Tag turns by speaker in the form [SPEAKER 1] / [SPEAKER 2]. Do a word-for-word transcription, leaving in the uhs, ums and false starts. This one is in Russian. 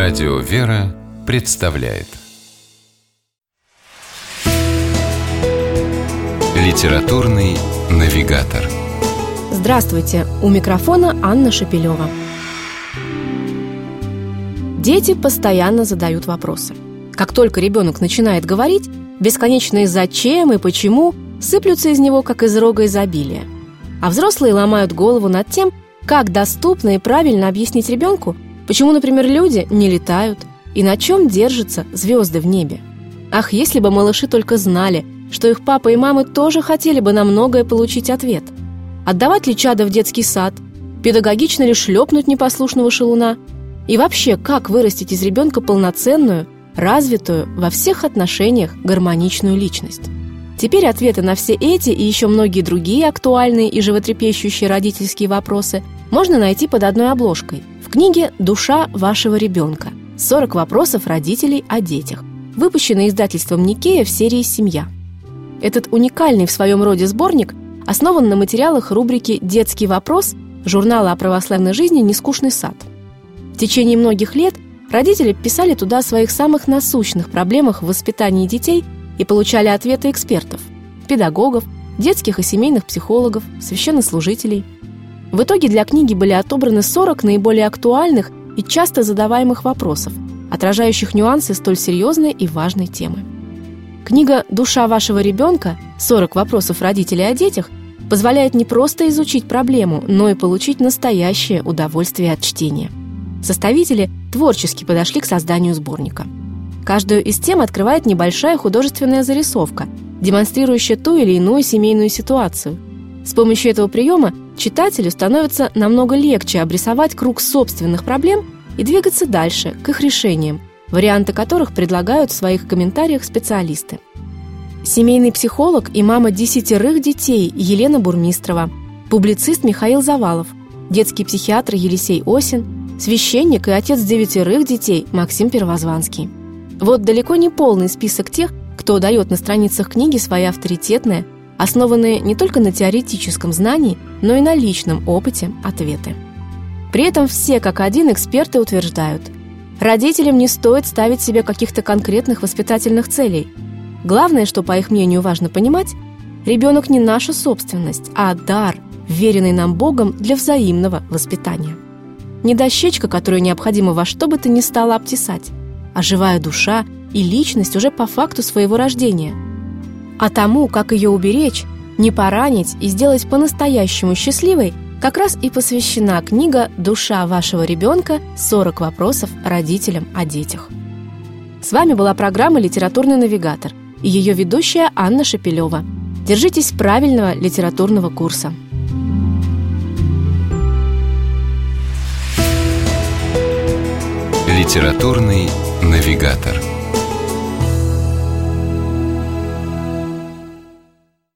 [SPEAKER 1] Радио «Вера» представляет Литературный навигатор.
[SPEAKER 2] Здравствуйте! У микрофона Анна Шепелева. Дети постоянно задают вопросы. Как только ребенок начинает говорить, бесконечные «зачем» и «почему» сыплются из него, как из рога изобилия. А взрослые ломают голову над тем, как доступно и правильно объяснить ребенку, почему, например, люди не летают и на чем держатся звезды в небе. Ах, если бы малыши только знали, что их папа и мамы тоже хотели бы на многое получить ответ. Отдавать ли чадо в детский сад? Педагогично ли шлепнуть непослушного шалуна? И вообще, как вырастить из ребенка полноценную, развитую, во всех отношениях гармоничную личность? Теперь ответы на все эти и еще многие другие актуальные и животрепещущие родительские вопросы можно найти под одной обложкой в книге «Душа вашего ребенка. сорок вопросов родителей о детях», выпущенной издательством Никея в серии «Семья». Этот уникальный в своем роде сборник основан на материалах рубрики «Детский вопрос» журнала о православной жизни «Нескучный сад». В течение многих лет родители писали туда о своих самых насущных проблемах в воспитании детей и получали ответы экспертов, педагогов, детских и семейных психологов, священнослужителей. В итоге для книги были отобраны сорок наиболее актуальных и часто задаваемых вопросов, отражающих нюансы столь серьезной и важной темы. Книга «Душа вашего ребенка. сорок вопросов родителей о детях» позволяет не просто изучить проблему, но и получить настоящее удовольствие от чтения. Составители творчески подошли к созданию сборника. Каждую из тем открывает небольшая художественная зарисовка, демонстрирующая ту или иную семейную ситуацию. С помощью этого приема читателю становится намного легче обрисовать круг собственных проблем и двигаться дальше, к их решениям, варианты которых предлагают в своих комментариях специалисты. Семейный психолог и мама десятерых детей Елена Бурмистрова, публицист Михаил Завалов, детский психиатр Елисей Осин, священник и отец девятерых детей Максим Первозванский. Вот далеко не полный список тех, кто дает на страницах книги свои авторитетные, основанные не только на теоретическом знании, но и на личном опыте ответы. При этом все как один эксперты утверждают: родителям не стоит ставить себе каких-то конкретных воспитательных целей. Главное, что, по их мнению, важно понимать, ребенок не наша собственность, а дар, вверенный нам Богом для взаимного воспитания. Не дощечка, которую необходимо во что бы то ни стало обтесать, а живая душа и личность уже по факту своего рождения. А тому, как ее уберечь, не поранить и сделать по-настоящему счастливой, как раз и посвящена книга «Душа вашего ребенка. сорок вопросов родителям о детях». С вами была программа «Литературный навигатор» и ее ведущая Анна Шепелева. Держитесь правильного литературного курса.
[SPEAKER 1] Литературный навигатор.